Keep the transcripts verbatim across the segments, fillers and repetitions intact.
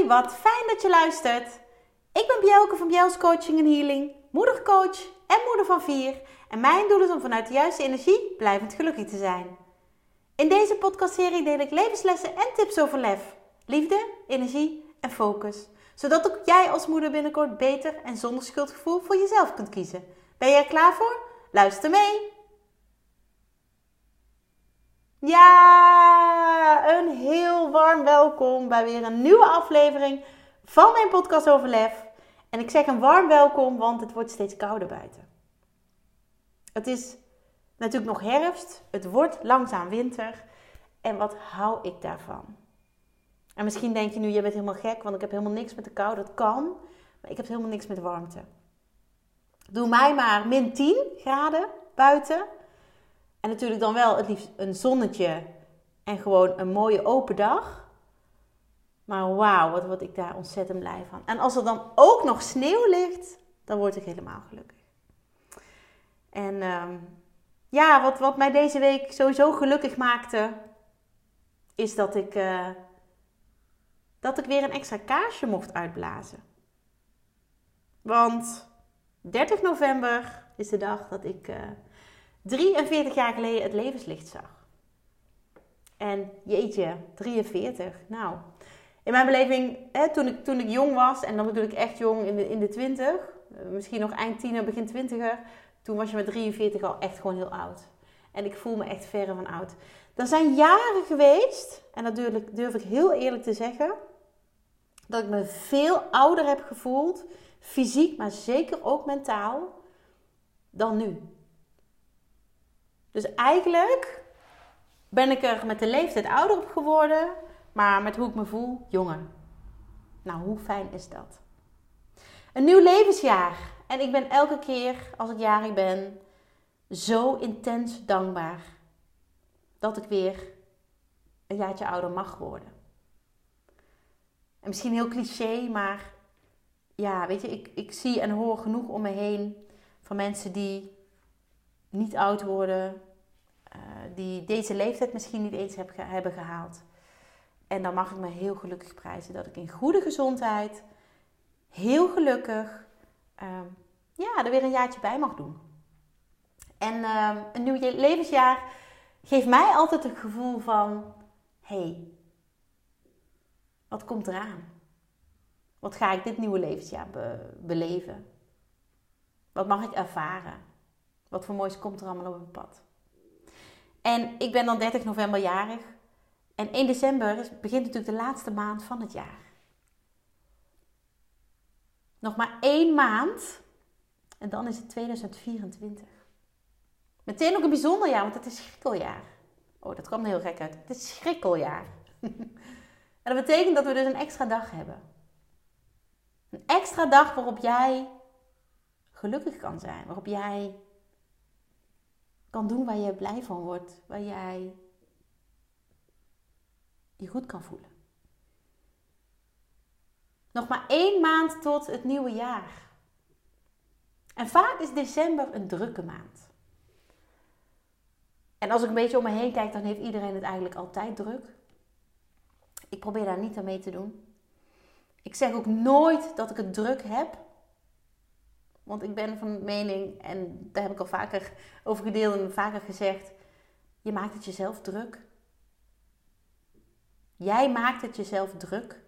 wat fijn dat je luistert. Ik ben Bjelke van Bjels Coaching en Healing, moedercoach en moeder van vier. En mijn doel is om vanuit de juiste energie blijvend gelukkig te zijn. In deze podcastserie deel ik levenslessen en tips over lef, liefde, energie en focus. Zodat ook jij als moeder binnenkort beter en zonder schuldgevoel voor jezelf kunt kiezen. Ben je er klaar voor? Luister mee! Ja, een heel warm welkom bij weer een nieuwe aflevering van mijn podcast over lef. En ik zeg een warm welkom, want het wordt steeds kouder buiten. Het is natuurlijk nog herfst, het wordt langzaam winter. En wat hou ik daarvan? En misschien denk je nu, je bent helemaal gek, want ik heb helemaal niks met de kou. Dat kan, maar ik heb helemaal niks met warmte. Doe mij maar min tien graden buiten. En natuurlijk dan wel het liefst een zonnetje en gewoon een mooie open dag. Maar wauw, wat word ik daar ontzettend blij van. En als er dan ook nog sneeuw ligt, dan word ik helemaal gelukkig. En um, ja, wat, wat mij deze week sowieso gelukkig maakte, is dat ik, uh, dat ik weer een extra kaarsje mocht uitblazen. Want dertig november is de dag dat ik uh, drieënveertig jaar geleden het levenslicht zag. En jeetje, drieënveertig. Nou, in mijn beleving, hè, toen, ik, toen ik jong was, en dan bedoel ik echt jong in de, in de twintig, misschien nog eind tiener, begin twintiger, toen was je met drieënveertig al echt gewoon heel oud. En ik voel me echt verre van oud. Er zijn jaren geweest, en dat durf ik, durf ik heel eerlijk te zeggen, dat ik me veel ouder heb gevoeld, fysiek, maar zeker ook mentaal, dan nu. Dus eigenlijk ben ik er met de leeftijd ouder op geworden, maar met hoe ik me voel, jonger. Nou, hoe fijn is dat? Een nieuw levensjaar. En ik ben elke keer als ik jarig ben zo intens dankbaar dat ik weer een jaartje ouder mag worden. En misschien heel cliché, maar ja, weet je, ik, ik zie en hoor genoeg om me heen van mensen die niet oud worden, uh, die deze leeftijd misschien niet eens heb, hebben gehaald. En dan mag ik me heel gelukkig prijzen dat ik in goede gezondheid, heel gelukkig, uh, ja, er weer een jaartje bij mag doen. En uh, een nieuw levensjaar geeft mij altijd het gevoel van, hé, hey, wat komt eraan? Wat ga ik dit nieuwe levensjaar be- beleven? Wat mag ik ervaren? Wat voor moois komt er allemaal op mijn pad? En ik ben dan dertig november jarig. En één december begint natuurlijk de laatste maand van het jaar. Nog maar één maand. En dan is het tweeduizend vierentwintig. Meteen ook een bijzonder jaar, want het is schrikkeljaar. Oh, dat kwam er heel gek uit. Het is schrikkeljaar. En dat betekent dat we dus een extra dag hebben. Een extra dag waarop jij gelukkig kan zijn. Waarop jij kan doen waar je blij van wordt. Waar jij je goed kan voelen. Nog maar één maand tot het nieuwe jaar. En vaak is december een drukke maand. En als ik een beetje om me heen kijk, dan heeft iedereen het eigenlijk altijd druk. Ik probeer daar niet aan mee te doen. Ik zeg ook nooit dat ik het druk heb. Want ik ben van mening, en daar heb ik al vaker over gedeeld en vaker gezegd, je maakt het jezelf druk. Jij maakt het jezelf druk.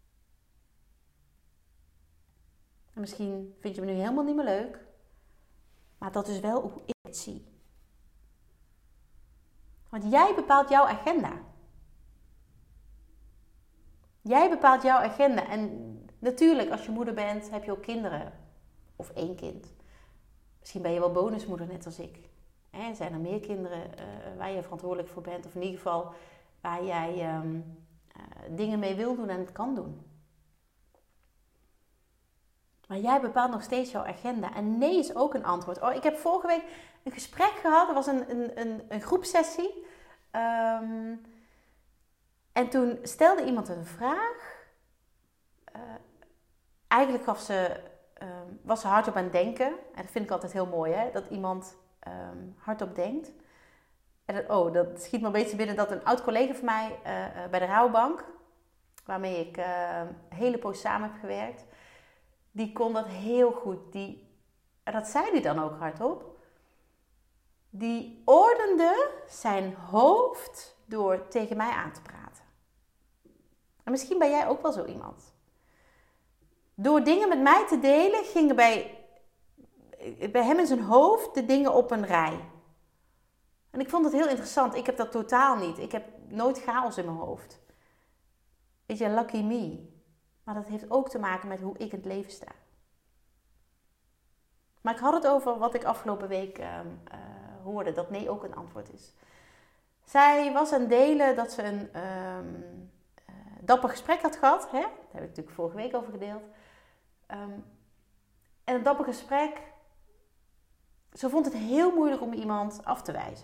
En misschien vind je me nu helemaal niet meer leuk. Maar dat is wel hoe ik het zie. Want jij bepaalt jouw agenda. Jij bepaalt jouw agenda. En natuurlijk, als je moeder bent, heb je ook kinderen. Of één kind. Misschien ben je wel bonusmoeder, net als ik. En zijn er meer kinderen uh, waar je verantwoordelijk voor bent. Of in ieder geval waar jij um, uh, dingen mee wil doen en het kan doen. Maar jij bepaalt nog steeds jouw agenda. En nee is ook een antwoord. Oh, ik heb vorige week een gesprek gehad. Er was een, een, een, een groepsessie. Um, en toen stelde iemand een vraag. Uh, eigenlijk gaf ze, um, was ze hardop aan het denken. En dat vind ik altijd heel mooi, hè? Dat iemand um, hardop denkt. En dat, oh, dat schiet me een beetje binnen dat een oud collega van mij uh, uh, bij de Rabobank. waarmee ik uh, een hele poos samen heb gewerkt, die kon dat heel goed. Die, en dat zei hij dan ook hardop. Die ordende zijn hoofd door tegen mij aan te praten. En misschien ben jij ook wel zo iemand. Door dingen met mij te delen, gingen bij, bij hem in zijn hoofd de dingen op een rij. En ik vond het heel interessant. Ik heb dat totaal niet. Ik heb nooit chaos in mijn hoofd. Weet je, lucky me. Maar dat heeft ook te maken met hoe ik in het leven sta. Maar ik had het over wat ik afgelopen week uh, uh, hoorde. Dat nee ook een antwoord is. Zij was aan het delen dat ze een um, uh, dapper gesprek had gehad. Hè? Daar heb ik natuurlijk vorige week over gedeeld. Um, en een dapper gesprek. Ze vond het heel moeilijk om iemand af te wijzen.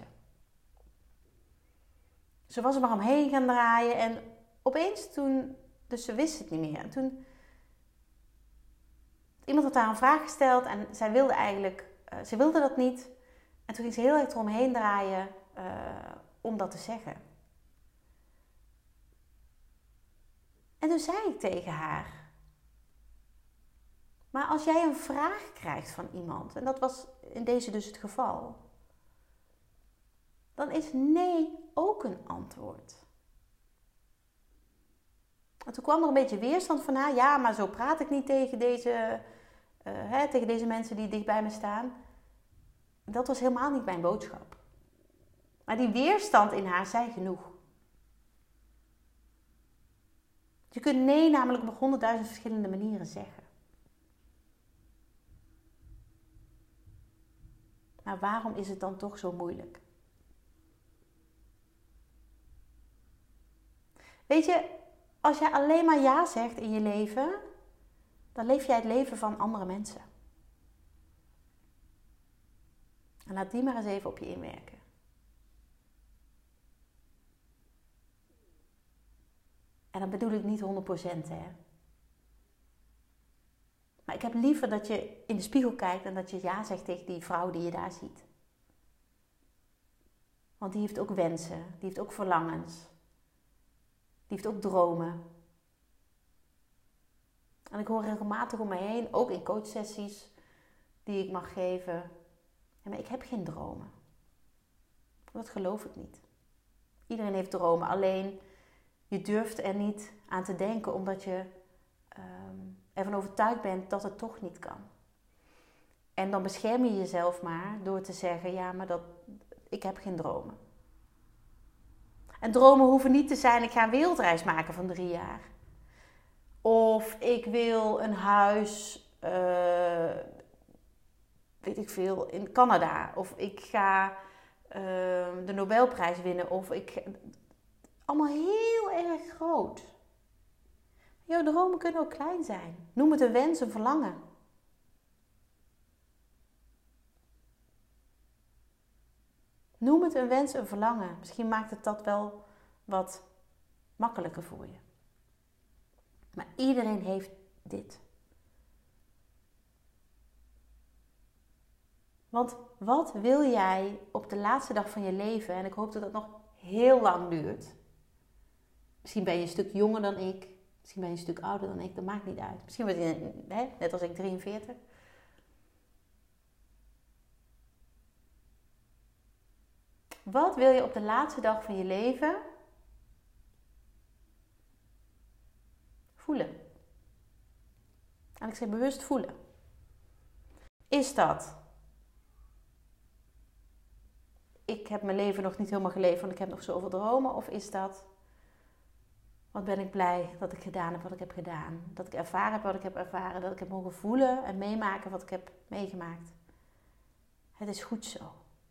Ze was er maar omheen gaan draaien. En opeens toen... Dus ze wist het niet meer. En toen... Iemand had haar een vraag gesteld. En zij wilde eigenlijk... Uh, ze wilde dat niet. En toen ging ze heel erg eromheen draaien. Uh, om dat te zeggen. En toen zei ik tegen haar... Maar als jij een vraag krijgt van iemand... En dat was in deze dus het geval... Dan is nee ook een antwoord. En toen kwam er een beetje weerstand van haar. Ja, maar zo praat ik niet tegen deze, uh, hè, tegen deze mensen die dicht bij me staan. Dat was helemaal niet mijn boodschap. Maar die weerstand in haar zei genoeg. Je kunt nee namelijk op honderdduizend verschillende manieren zeggen. Maar waarom is het dan toch zo moeilijk? Weet je, als jij alleen maar ja zegt in je leven, dan leef jij het leven van andere mensen. En laat die maar eens even op je inwerken. En dan bedoel ik niet honderd procent, hè. Maar ik heb liever dat je in de spiegel kijkt en dat je ja zegt tegen die vrouw die je daar ziet. Want die heeft ook wensen, die heeft ook verlangens. Die heeft ook dromen. En ik hoor regelmatig om me heen, ook in coachsessies die ik mag geven. Ja, maar ik heb geen dromen. Dat geloof ik niet. Iedereen heeft dromen, alleen je durft er niet aan te denken omdat je um, ervan overtuigd bent dat het toch niet kan. En dan bescherm je jezelf maar door te zeggen, ja, maar dat, ik heb geen dromen. En dromen hoeven niet te zijn, ik ga een wereldreis maken van drie jaar. Of ik wil een huis, uh, weet ik veel, in Canada. Of ik ga uh, de Nobelprijs winnen. Of ik... Allemaal heel erg groot. Jouw dromen kunnen ook klein zijn. Noem het een wens, een verlangen. Noem het een wens, een verlangen. Misschien maakt het dat wel wat makkelijker voor je. Maar iedereen heeft dit. Want wat wil jij op de laatste dag van je leven? En ik hoop dat dat nog heel lang duurt. Misschien ben je een stuk jonger dan ik. Misschien ben je een stuk ouder dan ik. Dat maakt niet uit. Misschien ben je, hè, net als ik, drieënveertig. Wat wil je op de laatste dag van je leven voelen? En ik zeg bewust voelen. Is dat: ik heb mijn leven nog niet helemaal geleefd, want ik heb nog zoveel dromen? Of is dat: wat ben ik blij dat ik gedaan heb wat ik heb gedaan. Dat ik ervaren heb wat ik heb ervaren. Dat ik heb mogen voelen en meemaken wat ik heb meegemaakt. Het is goed zo.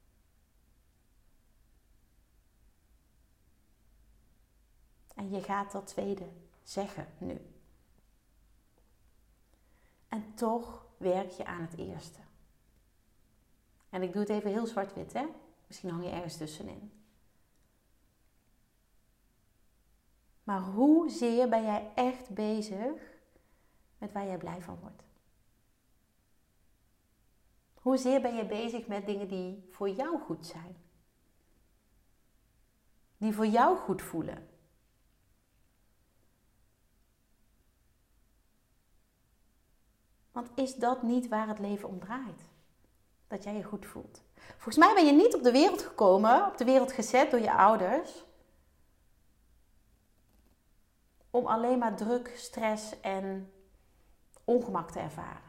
En je gaat dat tweede zeggen nu. En toch werk je aan het eerste. En ik doe het even heel zwart-wit, hè? Misschien hang je ergens tussenin. Maar hoezeer ben jij echt bezig met waar jij blij van wordt? Hoezeer ben je bezig met dingen die voor jou goed zijn? Die voor jou goed voelen? Want is dat niet waar het leven om draait? Dat jij je goed voelt. Volgens mij ben je niet op de wereld gekomen, op de wereld gezet door je ouders, om alleen maar druk, stress en ongemak te ervaren.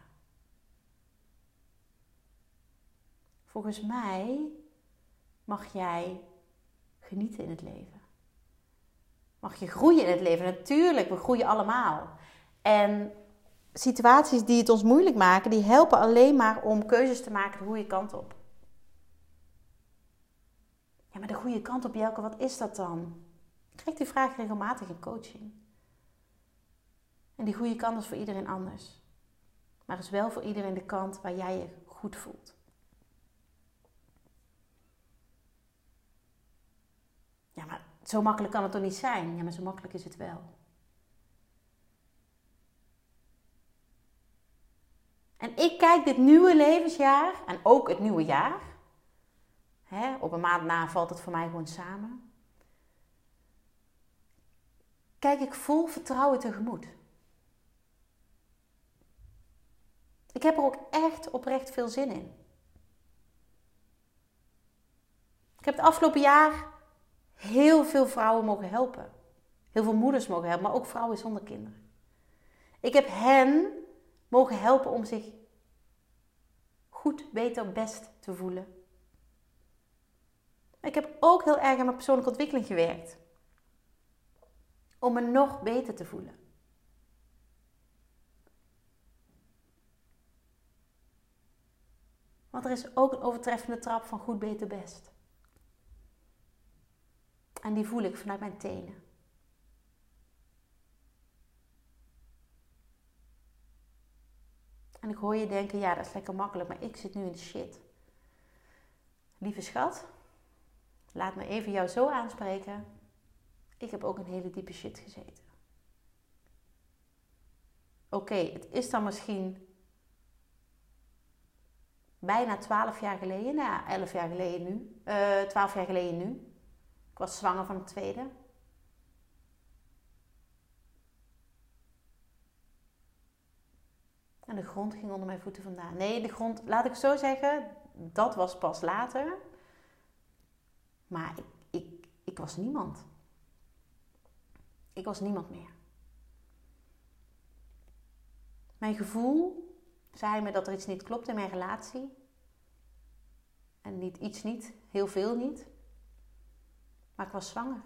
Volgens mij mag jij genieten in het leven. Mag je groeien in het leven. Natuurlijk, we groeien allemaal. En situaties die het ons moeilijk maken, die helpen alleen maar om keuzes te maken de goede kant op. Ja, maar de goede kant op, Jelke, wat is dat dan? Ik krijg die vraag regelmatig in coaching. En die goede kant is voor iedereen anders. Maar is wel voor iedereen de kant waar jij je goed voelt. Ja, maar zo makkelijk kan het toch niet zijn? Ja, maar zo makkelijk is het wel. En ik kijk dit nieuwe levensjaar en ook het nieuwe jaar. Hè, op een maand na valt het voor mij gewoon samen. Kijk ik vol vertrouwen tegemoet. Ik heb er ook echt oprecht veel zin in. Ik heb het afgelopen jaar heel veel vrouwen mogen helpen. Heel veel moeders mogen helpen, maar ook vrouwen zonder kinderen. Ik heb hen mogen helpen om zich goed, beter, best te voelen. Ik heb ook heel erg aan mijn persoonlijke ontwikkeling gewerkt. Om me nog beter te voelen. Want er is ook een overtreffende trap van goed, beter, best. En die voel ik vanuit mijn tenen. En ik hoor je denken, ja, dat is lekker makkelijk, maar ik zit nu in de shit. Lieve schat, laat me even jou zo aanspreken. Ik heb ook een hele diepe shit gezeten. Oké, okay, het is dan misschien bijna twaalf jaar geleden, nou ja, elf jaar geleden nu, uh, twaalf jaar geleden nu. Ik was zwanger van het tweede. En de grond ging onder mijn voeten vandaan. Nee, de grond, laat ik zo zeggen, dat was pas later. Maar ik, ik, ik was niemand. Ik was niemand meer. Mijn gevoel zei me dat er iets niet klopt in mijn relatie. En niet iets niet, heel veel niet. Maar ik was zwanger.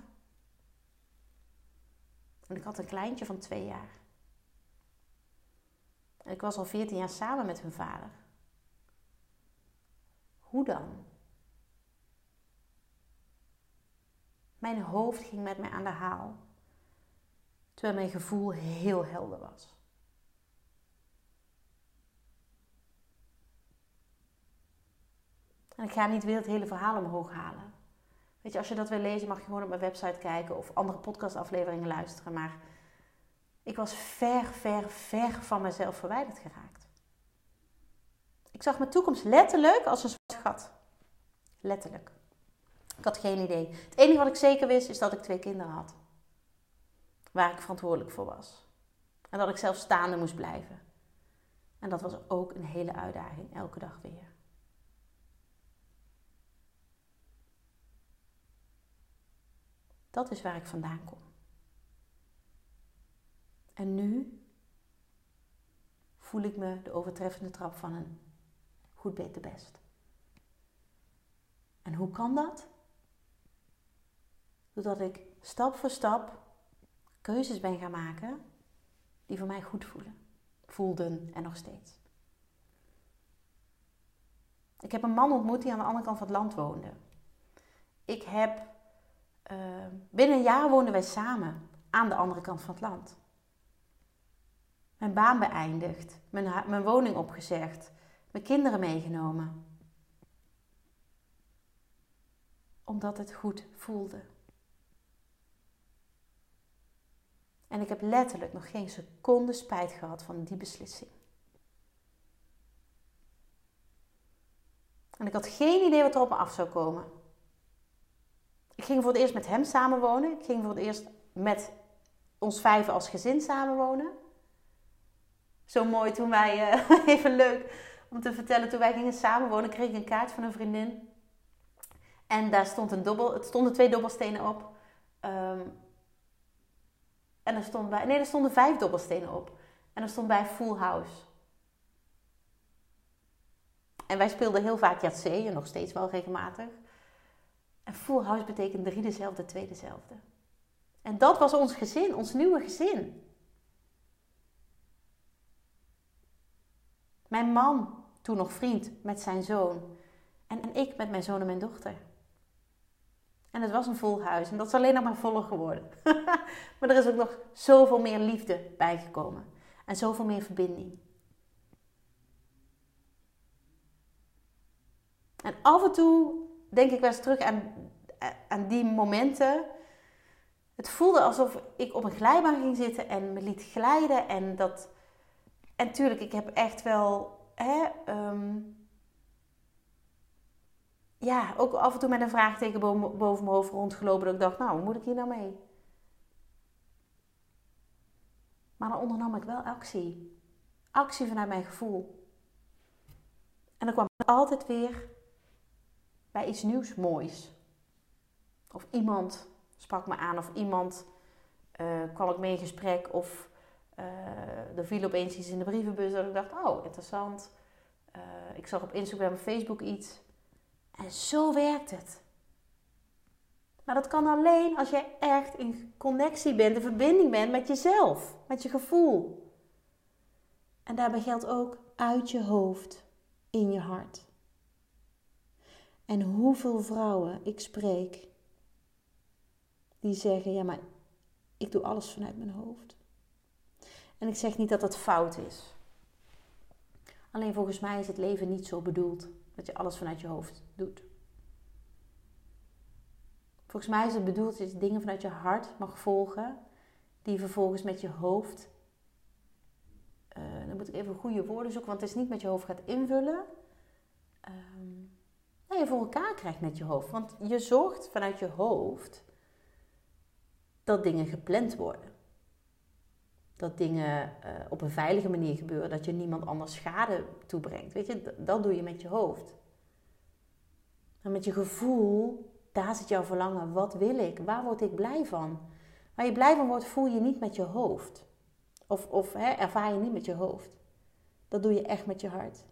En ik had een kleintje van twee jaar. En ik was al veertien jaar samen met hun vader. Hoe dan? Mijn hoofd ging met mij aan de haal. Terwijl mijn gevoel heel helder was. En ik ga niet weer het hele verhaal omhoog halen. Weet je, als je dat wil lezen, mag je gewoon op mijn website kijken of andere podcastafleveringen luisteren. Maar ik was ver, ver, ver van mezelf verwijderd geraakt. Ik zag mijn toekomst letterlijk als een zwart gat. Letterlijk. Ik had geen idee. Het enige wat ik zeker wist is dat ik twee kinderen had. Waar ik verantwoordelijk voor was. En dat ik zelf staande moest blijven. En dat was ook een hele uitdaging, elke dag weer. Dat is waar ik vandaan kom. En nu voel ik me de overtreffende trap van een goed, beter, best. En hoe kan dat? Doordat ik stap voor stap keuzes ben gaan maken die voor mij goed voelen. Voelden en nog steeds. Ik heb een man ontmoet die aan de andere kant van het land woonde. Ik heb, uh, binnen een jaar woonden wij samen aan de andere kant van het land. Mijn baan beëindigd, mijn, mijn woning opgezegd, mijn kinderen meegenomen. Omdat het goed voelde. En ik heb letterlijk nog geen seconde spijt gehad van die beslissing. En ik had geen idee wat er op me af zou komen. Ik ging voor het eerst met hem samenwonen. Ik ging voor het eerst met ons vijven als gezin samenwonen. Zo mooi toen wij, uh, even leuk om te vertellen, toen wij gingen samenwonen, kreeg ik een kaart van een vriendin. En daar stond een dobbel, het stonden twee dobbelstenen op. Um, en er stond bij, nee, er stonden vijf dobbelstenen op. En er stond bij Full House. En wij speelden heel vaak Yatzee, en nog steeds wel regelmatig. En Full House betekent drie dezelfde, twee dezelfde. En dat was ons gezin, ons nieuwe gezin. Mijn man, toen nog vriend, met zijn zoon. En, en ik met mijn zoon en mijn dochter. En het was een vol huis. En dat is alleen nog maar voller geworden. Maar er is ook nog zoveel meer liefde bijgekomen. En zoveel meer verbinding. En af en toe denk ik wel eens terug aan, aan die momenten. Het voelde alsof ik op een glijbaan ging zitten en me liet glijden. En dat... En tuurlijk, ik heb echt wel... Hè, um, ja, ook af en toe met een vraagteken boven, boven mijn hoofd rondgelopen. Dat ik dacht, nou, hoe moet ik hier nou mee? Maar dan ondernam ik wel actie. Actie vanuit mijn gevoel. En dan kwam ik altijd weer bij iets nieuws moois. Of iemand sprak me aan. Of iemand uh, kwam ik mee in gesprek. Of uh, er viel opeens iets in de brievenbus. Dat ik dacht, oh, interessant. Uh, ik zag op Instagram en Facebook iets. En zo werkt het. Maar dat kan alleen als je echt in connectie bent, in verbinding bent met jezelf, met je gevoel. En daarbij geldt ook uit je hoofd, in je hart. En hoeveel vrouwen ik spreek, die zeggen, ja maar ik doe alles vanuit mijn hoofd. En ik zeg niet dat dat fout is. Alleen volgens mij is het leven niet zo bedoeld. Dat je alles vanuit je hoofd doet. Volgens mij is het bedoeld dat je dingen vanuit je hart mag volgen. Die je vervolgens met je hoofd... Uh, dan moet ik even goede woorden zoeken. Want het is niet met je hoofd gaat invullen. Um, nou, je voor elkaar krijgt met je hoofd. Want je zorgt vanuit je hoofd... dat dingen gepland worden. Dat dingen uh, op een veilige manier gebeuren. Dat je niemand anders schade toebrengt. Weet je, dat doe je met je hoofd. En met je gevoel, daar zit jouw verlangen. Wat wil ik? Waar word ik blij van? Waar je blij van wordt, voel je niet met je hoofd. Of, of hè, ervaar je niet met je hoofd. Dat doe je echt met je hart.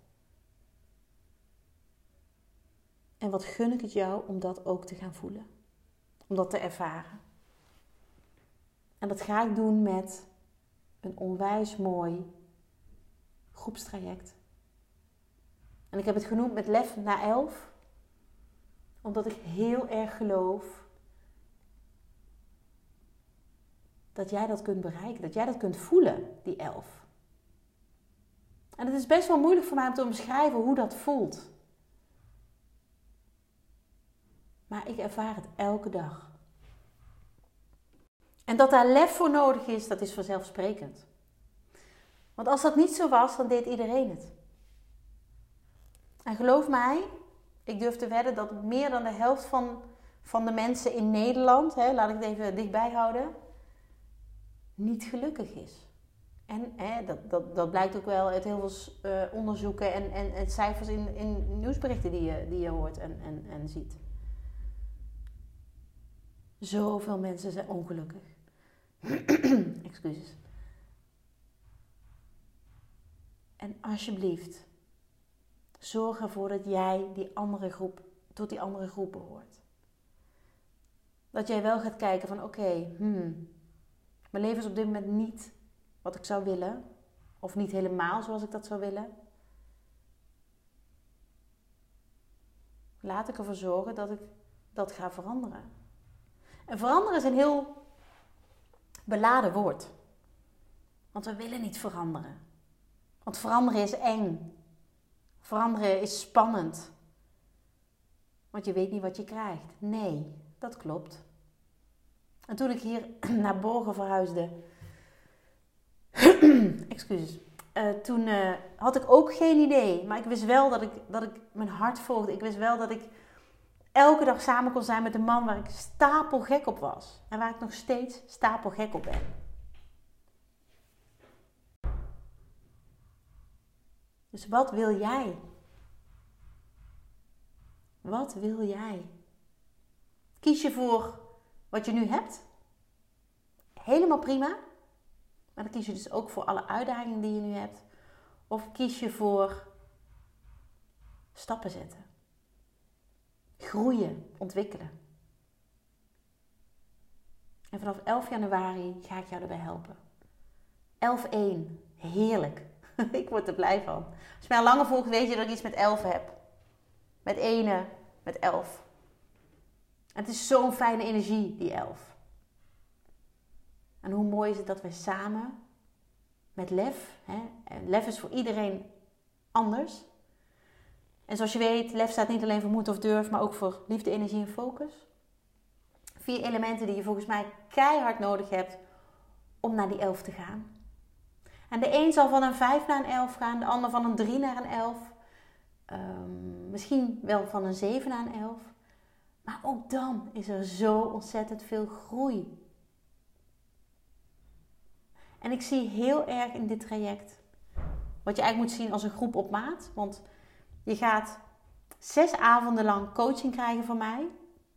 En wat gun ik het jou om dat ook te gaan voelen. Om dat te ervaren. En dat ga ik doen met... een onwijs mooi groepstraject. En ik heb het genoemd met lef naar elf. Omdat ik heel erg geloof dat jij dat kunt bereiken. Dat jij dat kunt voelen, die elf. En het is best wel moeilijk voor mij om te omschrijven hoe dat voelt. Maar ik ervaar het elke dag. En dat daar lef voor nodig is, dat is vanzelfsprekend. Want als dat niet zo was, dan deed iedereen het. En geloof mij, ik durf te wedden dat meer dan de helft van, van de mensen in Nederland, hè, laat ik het even dichtbij houden, niet gelukkig is. En hè, dat, dat, dat blijkt ook wel uit heel veel uh, onderzoeken en, en, en cijfers in, in nieuwsberichten die je, die je hoort en, en, en ziet. Zoveel mensen zijn ongelukkig. Excuses. En alsjeblieft, zorg ervoor dat jij die andere groep, tot die andere groep behoort. Dat jij wel gaat kijken van oké, okay, hmm, mijn leven is op dit moment niet wat ik zou willen. Of niet helemaal zoals ik dat zou willen. Laat ik ervoor zorgen dat ik dat ga veranderen. En veranderen is een heel beladen woord. Want we willen niet veranderen. Want veranderen is eng. Veranderen is spannend. Want je weet niet wat je krijgt. Nee, dat klopt. En toen ik hier naar Borgen verhuisde... Excuses. Uh, toen uh, had ik ook geen idee. Maar ik wist wel dat ik, dat ik mijn hart volgde. Ik wist wel dat ik elke dag samen kon zijn met een man waar ik stapelgek op was. En waar ik nog steeds stapelgek op ben. Dus wat wil jij? Wat wil jij? Kies je voor wat je nu hebt? Helemaal prima. Maar dan kies je dus ook voor alle uitdagingen die je nu hebt. Of kies je voor stappen zetten. Groeien, ontwikkelen. En vanaf elf januari ga ik jou erbij helpen. elf één, heerlijk. Ik word er blij van. Als je mij al langer volgt, weet je dat ik iets met elf heb. Met ene, met elf. En het is zo'n fijne energie, die elf. En hoe mooi is het dat wij samen, met lef, hè, en lef is voor iedereen anders. En zoals je weet, lef staat niet alleen voor moed of durf, maar ook voor liefde, energie en focus. Vier elementen die je volgens mij keihard nodig hebt om naar die elf te gaan. En de een zal van een vijf naar een elf gaan, de ander van een drie naar een elf. Um, misschien wel van een zeven naar een elf. Maar ook dan is er zo ontzettend veel groei. En ik zie heel erg in dit traject, wat je eigenlijk moet zien als een groep op maat. Want je gaat zes avonden lang coaching krijgen van mij.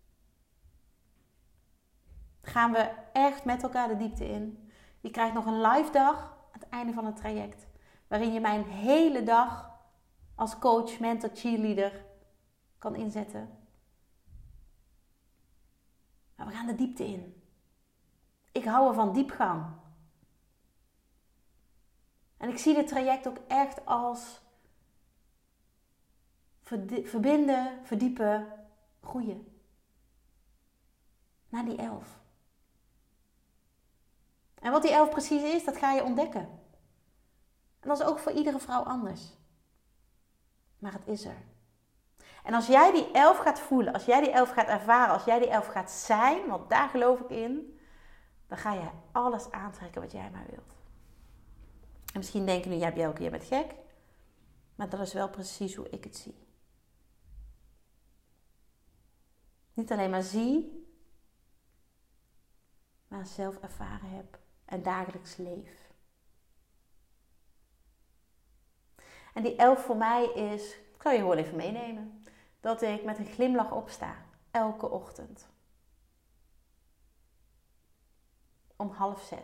Gaan we echt met elkaar de diepte in. Je krijgt nog een live dag aan het einde van het traject. Waarin je mijn hele dag als coach, mentor, cheerleader kan inzetten. Maar we gaan de diepte in. Ik hou ervan diepgang. En ik zie dit traject ook echt als verbinden, verdiepen, groeien. Naar die elf. En wat die elf precies is, dat ga je ontdekken. En dat is ook voor iedere vrouw anders. Maar het is er. En als jij die elf gaat voelen, als jij die elf gaat ervaren, als jij die elf gaat zijn, want daar geloof ik in, dan ga je alles aantrekken wat jij maar wilt. En misschien denken nu, ja, Bjelke, je bent gek. Maar dat is wel precies hoe ik het zie. Niet alleen maar zie, maar zelf ervaren heb en dagelijks leef. En die elf voor mij is, ik zal je gewoon even meenemen, dat ik met een glimlach opsta, elke ochtend. Om half zes.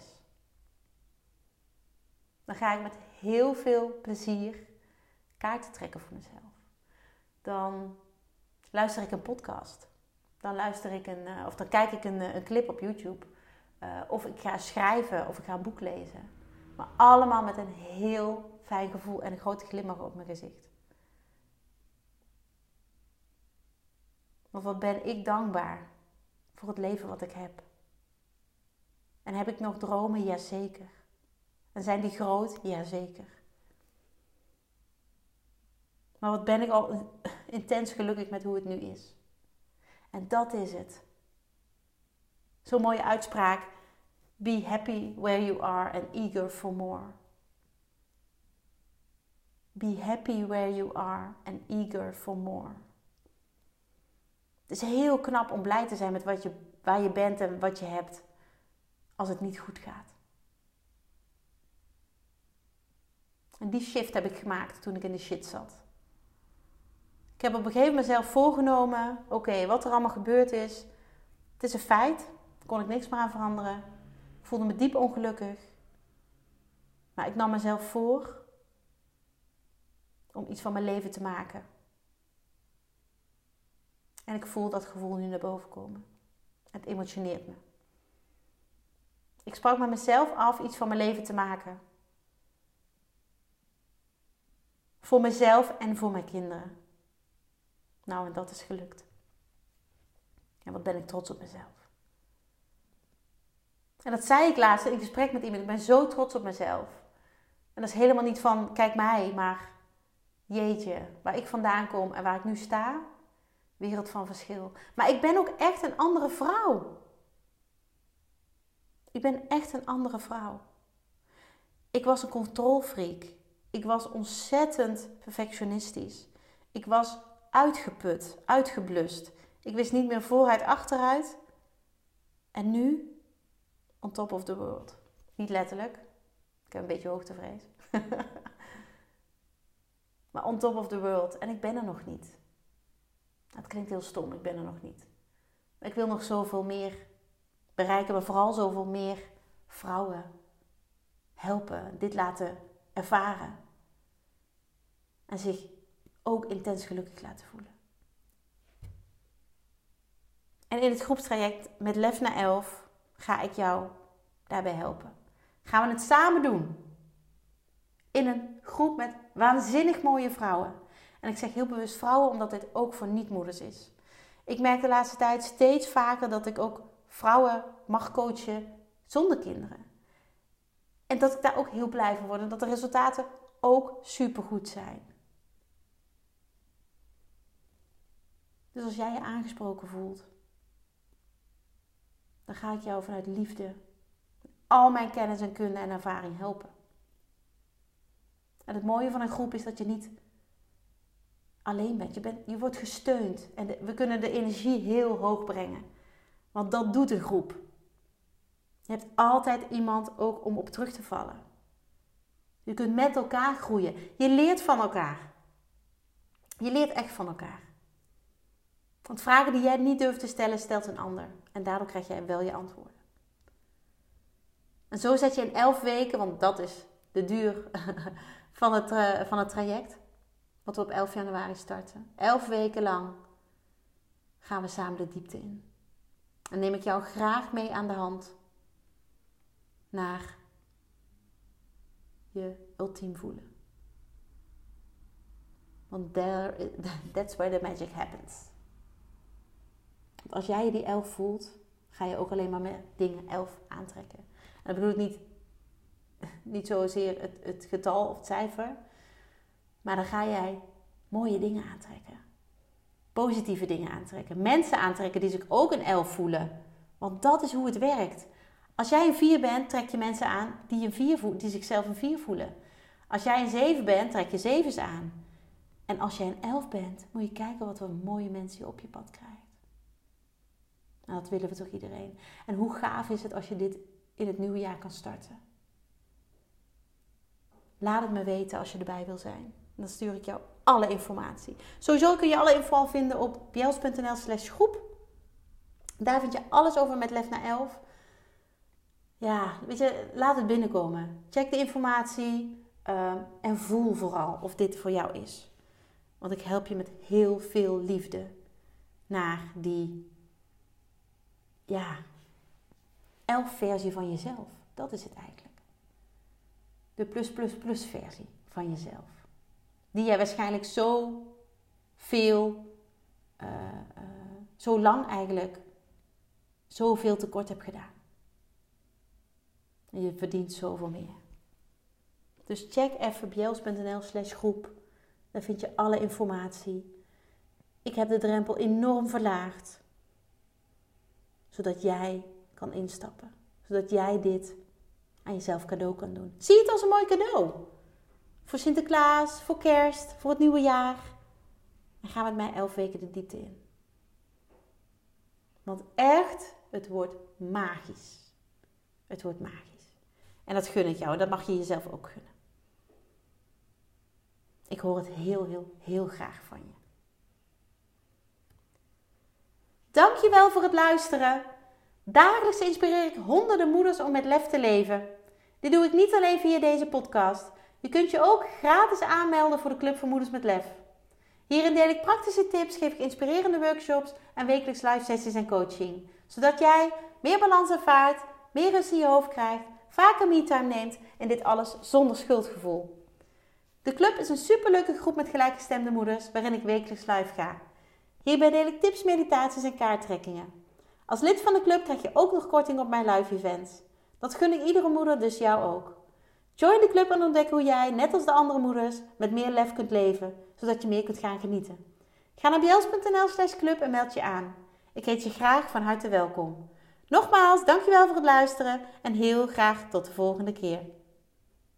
Dan ga ik met heel veel plezier kaarten trekken voor mezelf. Dan luister ik een podcast. Dan luister ik een, of dan kijk ik een, een clip op YouTube. Uh, of ik ga schrijven of ik ga een boek lezen. Maar allemaal met een heel fijn gevoel en een grote glimlach op mijn gezicht. Want wat ben ik dankbaar voor het leven wat ik heb. En heb ik nog dromen? Jazeker. En zijn die groot? Jazeker. Maar wat ben ik al intens gelukkig met hoe het nu is. En dat is het. Zo'n mooie uitspraak. Be happy where you are and eager for more. Be happy where you are and eager for more. Het is heel knap om blij te zijn met wat je, waar je bent en wat je hebt. Als het niet goed gaat. En die shift heb ik gemaakt toen ik in de shit zat. Ik heb op een gegeven moment mezelf voorgenomen. Oké, okay, wat er allemaal gebeurd is. Het is een feit. Daar kon ik niks meer aan veranderen. Ik voelde me diep ongelukkig. Maar ik nam mezelf voor. Om iets van mijn leven te maken. En ik voel dat gevoel nu naar boven komen. Het emotioneert me. Ik sprak met mezelf af iets van mijn leven te maken. Voor mezelf en voor mijn kinderen. Nou, en dat is gelukt. En wat ben ik trots op mezelf. En dat zei ik laatst in gesprek met iemand. Ik ben zo trots op mezelf. En dat is helemaal niet van, kijk mij, maar jeetje, waar ik vandaan kom en waar ik nu sta. Wereld van verschil. Maar ik ben ook echt een andere vrouw. Ik ben echt een andere vrouw. Ik was een controlfreak. Ik was ontzettend perfectionistisch. Ik was uitgeput, uitgeblust. Ik wist niet meer vooruit, achteruit. En nu, on top of the world. Niet letterlijk. Ik heb een beetje hoogtevrees. maar on top of the world. En ik ben er nog niet. Het klinkt heel stom, ik ben er nog niet. Maar ik wil nog zoveel meer bereiken, maar vooral zoveel meer vrouwen helpen, dit laten ervaren. En zich ook intens gelukkig laten voelen. En in het groepstraject met Lef naar elf ga ik jou daarbij helpen. Gaan we het samen doen. In een groep met waanzinnig mooie vrouwen. En ik zeg heel bewust vrouwen, omdat dit ook voor niet-moeders is. Ik merk de laatste tijd steeds vaker dat ik ook vrouwen mag coachen zonder kinderen. En dat ik daar ook heel blij van word. En dat de resultaten ook supergoed zijn. Dus als jij je aangesproken voelt, dan ga ik jou vanuit liefde, al mijn kennis en kunde en ervaring helpen. En het mooie van een groep is dat je niet alleen bent. Je, bent, je wordt gesteund. En de, we kunnen de energie heel hoog brengen. Want dat doet een groep. Je hebt altijd iemand ook om op terug te vallen. Je kunt met elkaar groeien. Je leert van elkaar. Je leert echt van elkaar. Want vragen die jij niet durft te stellen, stelt een ander. En daardoor krijg jij wel je antwoorden. En zo zet je in elf weken, want dat is de duur van het, uh, van het traject. Wat we op elf januari starten. Elf weken lang gaan we samen de diepte in. En neem ik jou graag mee aan de hand naar je ultiem voelen. Want there, that's where the magic happens. Want als jij je die elf voelt, ga je ook alleen maar met dingen elf aantrekken. En dat bedoel ik niet, niet zozeer het, het getal of het cijfer. Maar dan ga jij mooie dingen aantrekken. Positieve dingen aantrekken. Mensen aantrekken die zich ook een elf voelen. Want dat is hoe het werkt. Als jij een vier bent, trek je mensen aan die, een vier voelen, die zichzelf een vier voelen. Als jij een zeven bent, trek je zevens aan. En als jij een elf bent, moet je kijken wat voor mooie mensen je op je pad krijgt. Nou, dat willen we toch iedereen. En hoe gaaf is het als je dit in het nieuwe jaar kan starten? Laat het me weten als je erbij wil zijn. Dan stuur ik jou alle informatie. Sowieso kun je alle info al vinden op bjels.nl slash groep. Daar vind je alles over met Lef naar elf. Ja, weet je, laat het binnenkomen. Check de informatie uh, en voel vooral of dit voor jou is. Want ik help je met heel veel liefde naar die, ja, elf versie van jezelf. Dat is het eigenlijk. De plus plus plus versie van jezelf. Die jij waarschijnlijk zo veel, uh, uh, zo lang eigenlijk, zoveel tekort hebt gedaan. En je verdient zoveel meer. Dus check even bjels.nl slash groep. Daar vind je alle informatie. Ik heb de drempel enorm verlaagd. Zodat jij kan instappen. Zodat jij dit aan jezelf cadeau kan doen. Zie het als een mooi cadeau. Voor Sinterklaas, voor kerst, voor het nieuwe jaar. En ga met mij elf weken de diepte in. Want echt, het wordt magisch. Het wordt magisch. En dat gun ik jou. En dat mag je jezelf ook gunnen. Ik hoor het heel, heel, heel graag van je. Dankjewel voor het luisteren. Dagelijks inspireer ik honderden moeders om met lef te leven. Dit doe ik niet alleen via deze podcast. Je kunt je ook gratis aanmelden voor de Club voor Moeders met Lef. Hierin deel ik praktische tips, geef ik inspirerende workshops en wekelijks live sessies en coaching. Zodat jij meer balans ervaart, meer rust in je hoofd krijgt, vaker me-time neemt en dit alles zonder schuldgevoel. De club is een superleuke groep met gelijkgestemde moeders waarin ik wekelijks live ga. Hierbij deel ik tips, meditaties en kaarttrekkingen. Als lid van de club krijg je ook nog korting op mijn live events. Dat gun ik iedere moeder, dus jou ook. Join de club en ontdek hoe jij, net als de andere moeders, met meer lef kunt leven, zodat je meer kunt gaan genieten. Ga naar bjels.nl slash club en meld je aan. Ik heet je graag van harte welkom. Nogmaals, dankjewel voor het luisteren en heel graag tot de volgende keer.